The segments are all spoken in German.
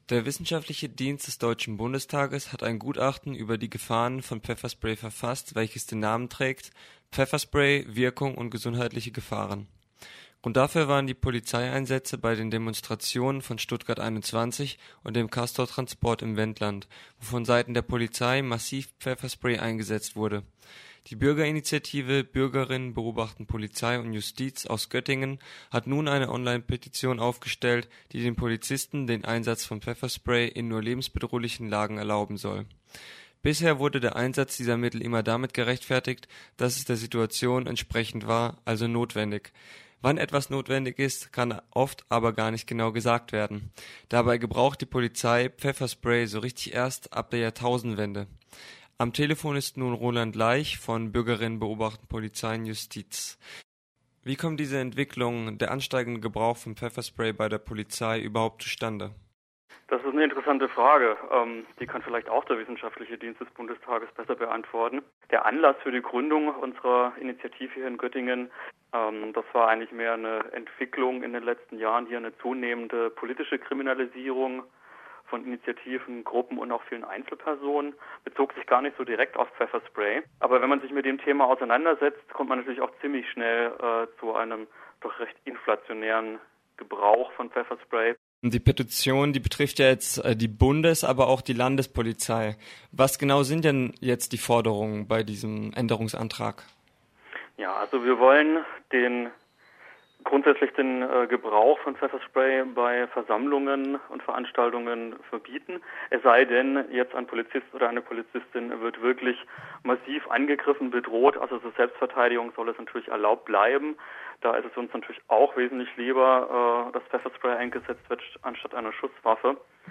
Der Wissenschaftliche Dienst des Deutschen Bundestages hat ein Gutachten über die Gefahren von Pfefferspray verfasst, welches den Namen trägt Pfefferspray, Wirkung und gesundheitliche Gefahren. Grund dafür waren die Polizeieinsätze bei den Demonstrationen von Stuttgart 21 und dem Castortransport im Wendland, wo von Seiten der Polizei massiv Pfefferspray eingesetzt wurde. Die Bürgerinitiative Bürgerinnen beobachten Polizei und Justiz aus Göttingen hat nun eine Online-Petition aufgestellt, die den Polizisten den Einsatz von Pfefferspray in nur lebensbedrohlichen Lagen erlauben soll. Bisher wurde der Einsatz dieser Mittel immer damit gerechtfertigt, dass es der Situation entsprechend war, also notwendig. Wann etwas notwendig ist, kann oft aber gar nicht genau gesagt werden. Dabei gebraucht die Polizei Pfefferspray so richtig erst ab der Jahrtausendwende. Am Telefon ist nun Roland Leich von Bürgerinnen beobachten Polizei und Justiz. Wie kommt diese Entwicklung, der ansteigende Gebrauch von Pfefferspray bei der Polizei überhaupt zustande? Das ist eine interessante Frage. Die kann vielleicht auch der Wissenschaftliche Dienst des Bundestages besser beantworten. Der Anlass für die Gründung unserer Initiative hier in Göttingen, das war eigentlich mehr eine Entwicklung in den letzten Jahren, hier eine zunehmende politische Kriminalisierung von Initiativen, Gruppen und auch vielen Einzelpersonen, bezog sich gar nicht so direkt auf Pfefferspray. Aber wenn man sich mit dem Thema auseinandersetzt, kommt man natürlich auch ziemlich schnell zu einem doch recht inflationären Gebrauch von Pfefferspray. Die Petition, die betrifft ja jetzt die Bundes-, aber auch die Landespolizei. Was genau sind denn jetzt die Forderungen bei diesem Änderungsantrag? Ja, also wir wollen grundsätzlich den Gebrauch von Pfefferspray bei Versammlungen und Veranstaltungen verbieten. Es sei denn, jetzt ein Polizist oder eine Polizistin wird wirklich massiv angegriffen, bedroht. Also zur Selbstverteidigung soll es natürlich erlaubt bleiben. Da ist es uns natürlich auch wesentlich lieber, dass Pfefferspray eingesetzt wird, anstatt einer Schusswaffe.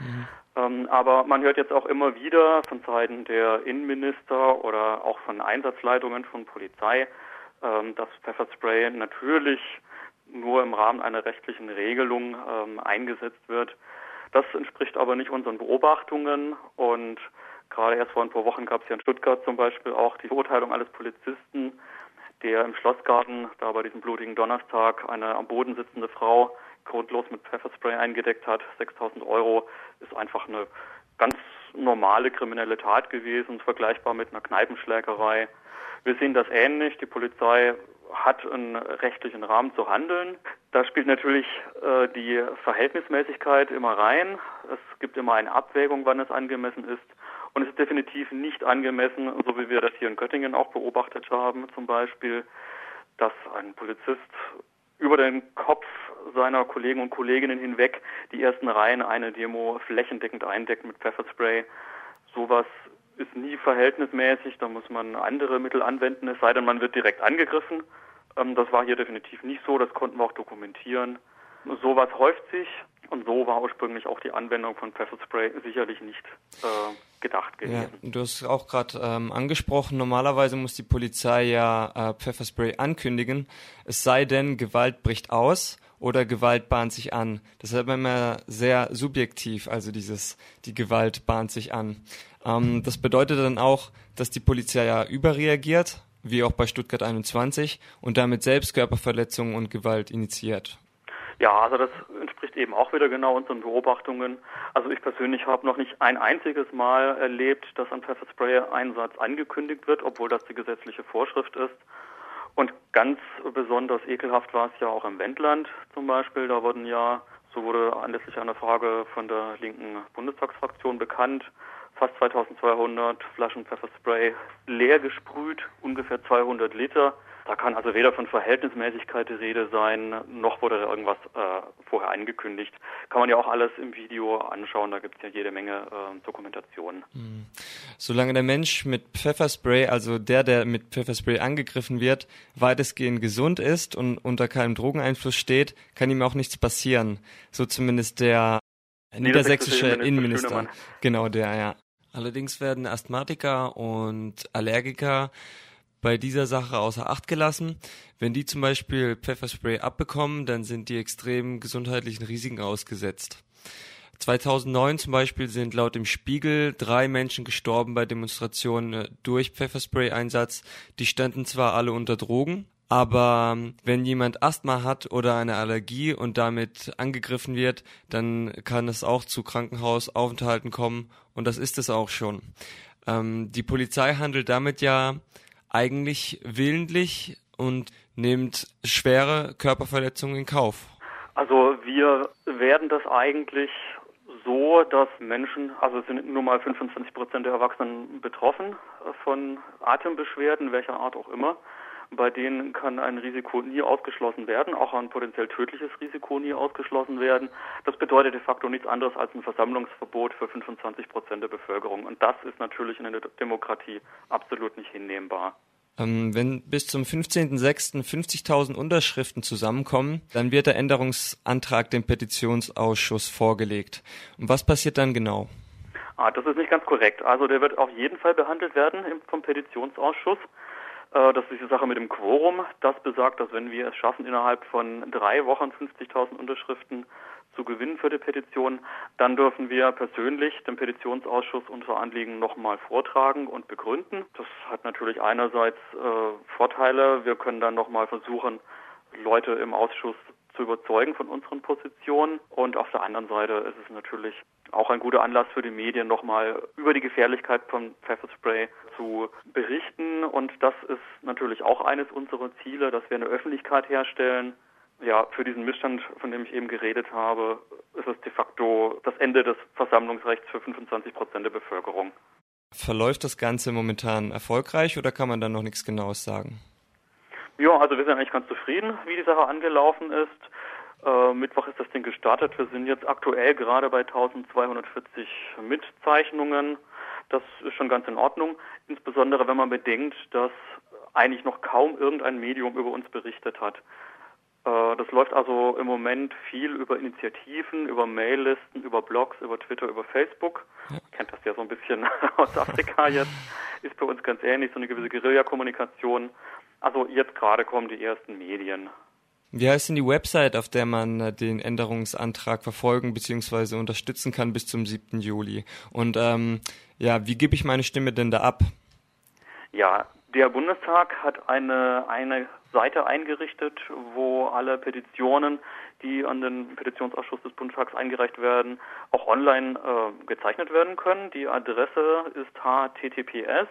Aber man hört jetzt auch immer wieder von Seiten der Innenminister oder auch von Einsatzleitungen von Polizei, dass Pfefferspray natürlich nur im Rahmen einer rechtlichen Regelung eingesetzt wird. Das entspricht aber nicht unseren Beobachtungen und gerade erst vor ein paar Wochen gab es ja in Stuttgart zum Beispiel auch die Verurteilung eines Polizisten, der im Schlossgarten, da bei diesem blutigen Donnerstag, eine am Boden sitzende Frau grundlos mit Pfefferspray eingedeckt hat. 6.000 € ist einfach eine ganz normale kriminelle Tat gewesen, vergleichbar mit einer Kneipenschlägerei. Wir sehen das ähnlich. Die Polizei hat einen rechtlichen Rahmen zu handeln. Da spielt natürlich die Verhältnismäßigkeit immer rein. Es gibt immer eine Abwägung, wann es angemessen ist. Und es ist definitiv nicht angemessen, so wie wir das hier in Göttingen auch beobachtet haben, zum Beispiel, dass ein Polizist über den Kopf seiner Kollegen und Kolleginnen hinweg die ersten Reihen eine Demo flächendeckend eindeckt mit Pfefferspray. Sowas ist nie verhältnismäßig, da muss man andere Mittel anwenden, es sei denn, man wird direkt angegriffen. Das war hier definitiv nicht so, das konnten wir auch dokumentieren. Sowas häuft sich und so war ursprünglich auch die Anwendung von Pfefferspray sicherlich nicht gedacht gewesen. Ja, du hast auch gerade angesprochen, normalerweise muss die Polizei ja Pfefferspray ankündigen, es sei denn, Gewalt bricht aus oder Gewalt bahnt sich an. Das ist immer sehr subjektiv, also die Gewalt bahnt sich an. Das bedeutet dann auch, dass die Polizei ja überreagiert, wie auch bei Stuttgart 21, und damit selbst Körperverletzungen und Gewalt initiiert. Ja, also das entspricht eben auch wieder genau unseren Beobachtungen. Also ich persönlich habe noch nicht ein einziges Mal erlebt, dass ein Pfefferspray-Einsatz angekündigt wird, obwohl das die gesetzliche Vorschrift ist. Und ganz besonders ekelhaft war es ja auch im Wendland zum Beispiel. Da wurden ja, so wurde anlässlich einer Frage von der linken Bundestagsfraktion bekannt, fast 2200 Flaschen Pfefferspray leer gesprüht, ungefähr 200 Liter. Da kann also weder von Verhältnismäßigkeit die Rede sein, noch wurde da irgendwas vorher angekündigt. Kann man ja auch alles im Video anschauen, da gibt es ja jede Menge Dokumentationen. Solange der Mensch mit Pfefferspray, also der mit Pfefferspray angegriffen wird, weitestgehend gesund ist und unter keinem Drogeneinfluss steht, kann ihm auch nichts passieren. So zumindest der niedersächsische Innenminister. Genau, ja. Allerdings werden Asthmatiker und Allergiker bei dieser Sache außer Acht gelassen. Wenn die zum Beispiel Pfefferspray abbekommen, dann sind die extremen gesundheitlichen Risiken ausgesetzt. 2009 zum Beispiel sind laut dem Spiegel 3 Menschen gestorben bei Demonstrationen durch Pfefferspray-Einsatz. Die standen zwar alle unter Drogen, Aber wenn jemand Asthma hat oder eine Allergie und damit angegriffen wird, dann kann es auch zu Krankenhausaufenthalten kommen und das ist es auch schon. Die Polizei handelt damit ja eigentlich willentlich und nimmt schwere Körperverletzungen in Kauf. Also wir werden das eigentlich so, dass Menschen, also es sind nun mal 25% der Erwachsenen betroffen von Atembeschwerden, welcher Art auch immer. Bei denen kann ein Risiko nie ausgeschlossen werden, auch ein potenziell tödliches Risiko nie ausgeschlossen werden. Das bedeutet de facto nichts anderes als ein Versammlungsverbot für 25% der Bevölkerung. Und das ist natürlich in einer Demokratie absolut nicht hinnehmbar. Wenn bis zum 15.06. 50.000 Unterschriften zusammenkommen, dann wird der Änderungsantrag dem Petitionsausschuss vorgelegt. Und was passiert dann genau? Das ist nicht ganz korrekt. Also der wird auf jeden Fall behandelt werden vom Petitionsausschuss. Das ist diese Sache mit dem Quorum. Das besagt, dass wenn wir es schaffen, innerhalb von 3 Wochen 50.000 Unterschriften zu gewinnen für die Petition, dann dürfen wir persönlich dem Petitionsausschuss unser Anliegen nochmal vortragen und begründen. Das hat natürlich einerseits Vorteile. Wir können dann nochmal versuchen, Leute im Ausschuss zu überzeugen von unseren Positionen. Und auf der anderen Seite ist es natürlich auch ein guter Anlass für die Medien, nochmal über die Gefährlichkeit von Pfefferspray zu berichten. Und das ist natürlich auch eines unserer Ziele, dass wir eine Öffentlichkeit herstellen. Ja, für diesen Missstand, von dem ich eben geredet habe, ist es de facto das Ende des Versammlungsrechts für 25% der Bevölkerung. Verläuft das Ganze momentan erfolgreich oder kann man da noch nichts Genaues sagen? Ja, also wir sind eigentlich ganz zufrieden, wie die Sache angelaufen ist. Mittwoch ist das Ding gestartet. Wir sind jetzt aktuell gerade bei 1240 Mitzeichnungen. Das ist schon ganz in Ordnung. Insbesondere wenn man bedenkt, dass eigentlich noch kaum irgendein Medium über uns berichtet hat. Das läuft also im Moment viel über Initiativen, über Maillisten, über Blogs, über Twitter, über Facebook. Man kennt das ja so ein bisschen aus Afrika jetzt. Ist bei uns ganz ähnlich, so eine gewisse Guerilla-Kommunikation. Also jetzt gerade kommen die ersten Medien. Wie heißt denn die Website, auf der man den Änderungsantrag verfolgen bzw. unterstützen kann bis zum 7. Juli? Und wie gebe ich meine Stimme denn da ab? Ja, der Bundestag hat eine Seite eingerichtet, wo alle Petitionen, die an den Petitionsausschuss des Bundestags eingereicht werden, auch online gezeichnet werden können. Die Adresse ist https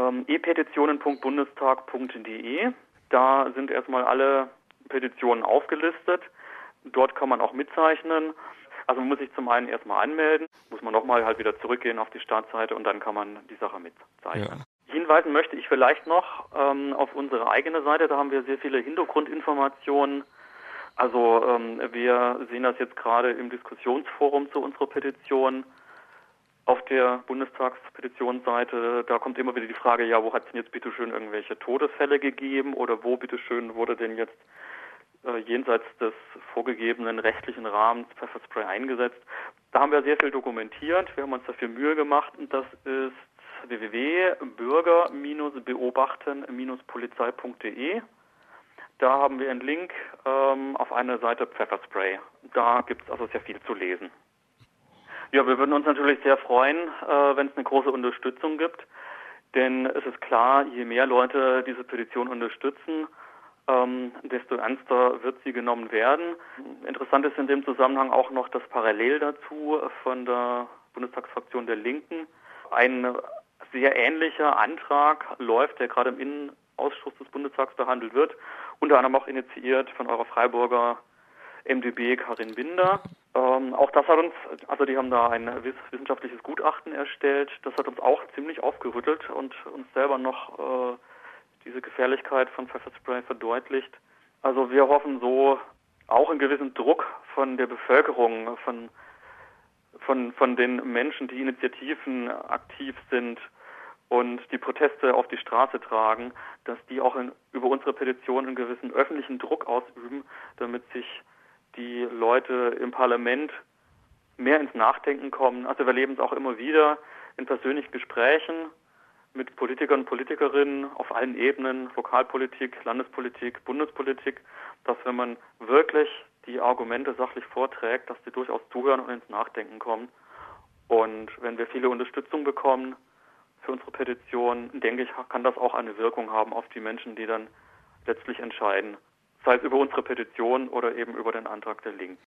epetitionen.bundestag.de. Da sind erstmal alle Petitionen aufgelistet. Dort kann man auch mitzeichnen. Also man muss sich zum einen erstmal anmelden, muss man nochmal halt wieder zurückgehen auf die Startseite und dann kann man die Sache mitzeichnen. Ja. Hinweisen möchte ich vielleicht noch auf unsere eigene Seite. Da haben wir sehr viele Hintergrundinformationen. Also wir sehen das jetzt gerade im Diskussionsforum zu unserer Petition. Auf der Bundestagspetitionsseite, da kommt immer wieder die Frage, ja, wo hat es denn jetzt bitteschön irgendwelche Todesfälle gegeben oder wo bitteschön wurde denn jetzt jenseits des vorgegebenen rechtlichen Rahmens Pfefferspray eingesetzt. Da haben wir sehr viel dokumentiert, wir haben uns dafür Mühe gemacht und das ist www.bürger-beobachten-polizei.de. Da haben wir einen Link auf eine Seite Pfefferspray. Da gibt es also sehr viel zu lesen. Ja, wir würden uns natürlich sehr freuen, wenn es eine große Unterstützung gibt, denn es ist klar, je mehr Leute diese Petition unterstützen, desto ernster wird sie genommen werden. Interessant ist in dem Zusammenhang auch noch, dass parallel dazu von der Bundestagsfraktion der Linken ein sehr ähnlicher Antrag läuft, der gerade im Innenausschuss des Bundestags behandelt wird, unter anderem auch initiiert von eurer Freiburger MdB Karin Binder. Auch das hat uns, also die haben da ein wissenschaftliches Gutachten erstellt, das hat uns auch ziemlich aufgerüttelt und uns selber noch diese Gefährlichkeit von Pfefferspray verdeutlicht. Also wir hoffen so auch einen gewissen Druck von der Bevölkerung, von den Menschen, die Initiativen aktiv sind und die Proteste auf die Straße tragen, dass die auch über unsere Petition einen gewissen öffentlichen Druck ausüben, damit sich die Leute im Parlament mehr ins Nachdenken kommen. Also wir erleben es auch immer wieder in persönlichen Gesprächen mit Politikern und Politikerinnen auf allen Ebenen, Lokalpolitik, Landespolitik, Bundespolitik, dass wenn man wirklich die Argumente sachlich vorträgt, dass die durchaus zuhören und ins Nachdenken kommen. Und wenn wir viele Unterstützung bekommen für unsere Petition, denke ich, kann das auch eine Wirkung haben auf die Menschen, die dann letztlich entscheiden. Sei es über unsere Petition oder eben über den Antrag der Linken.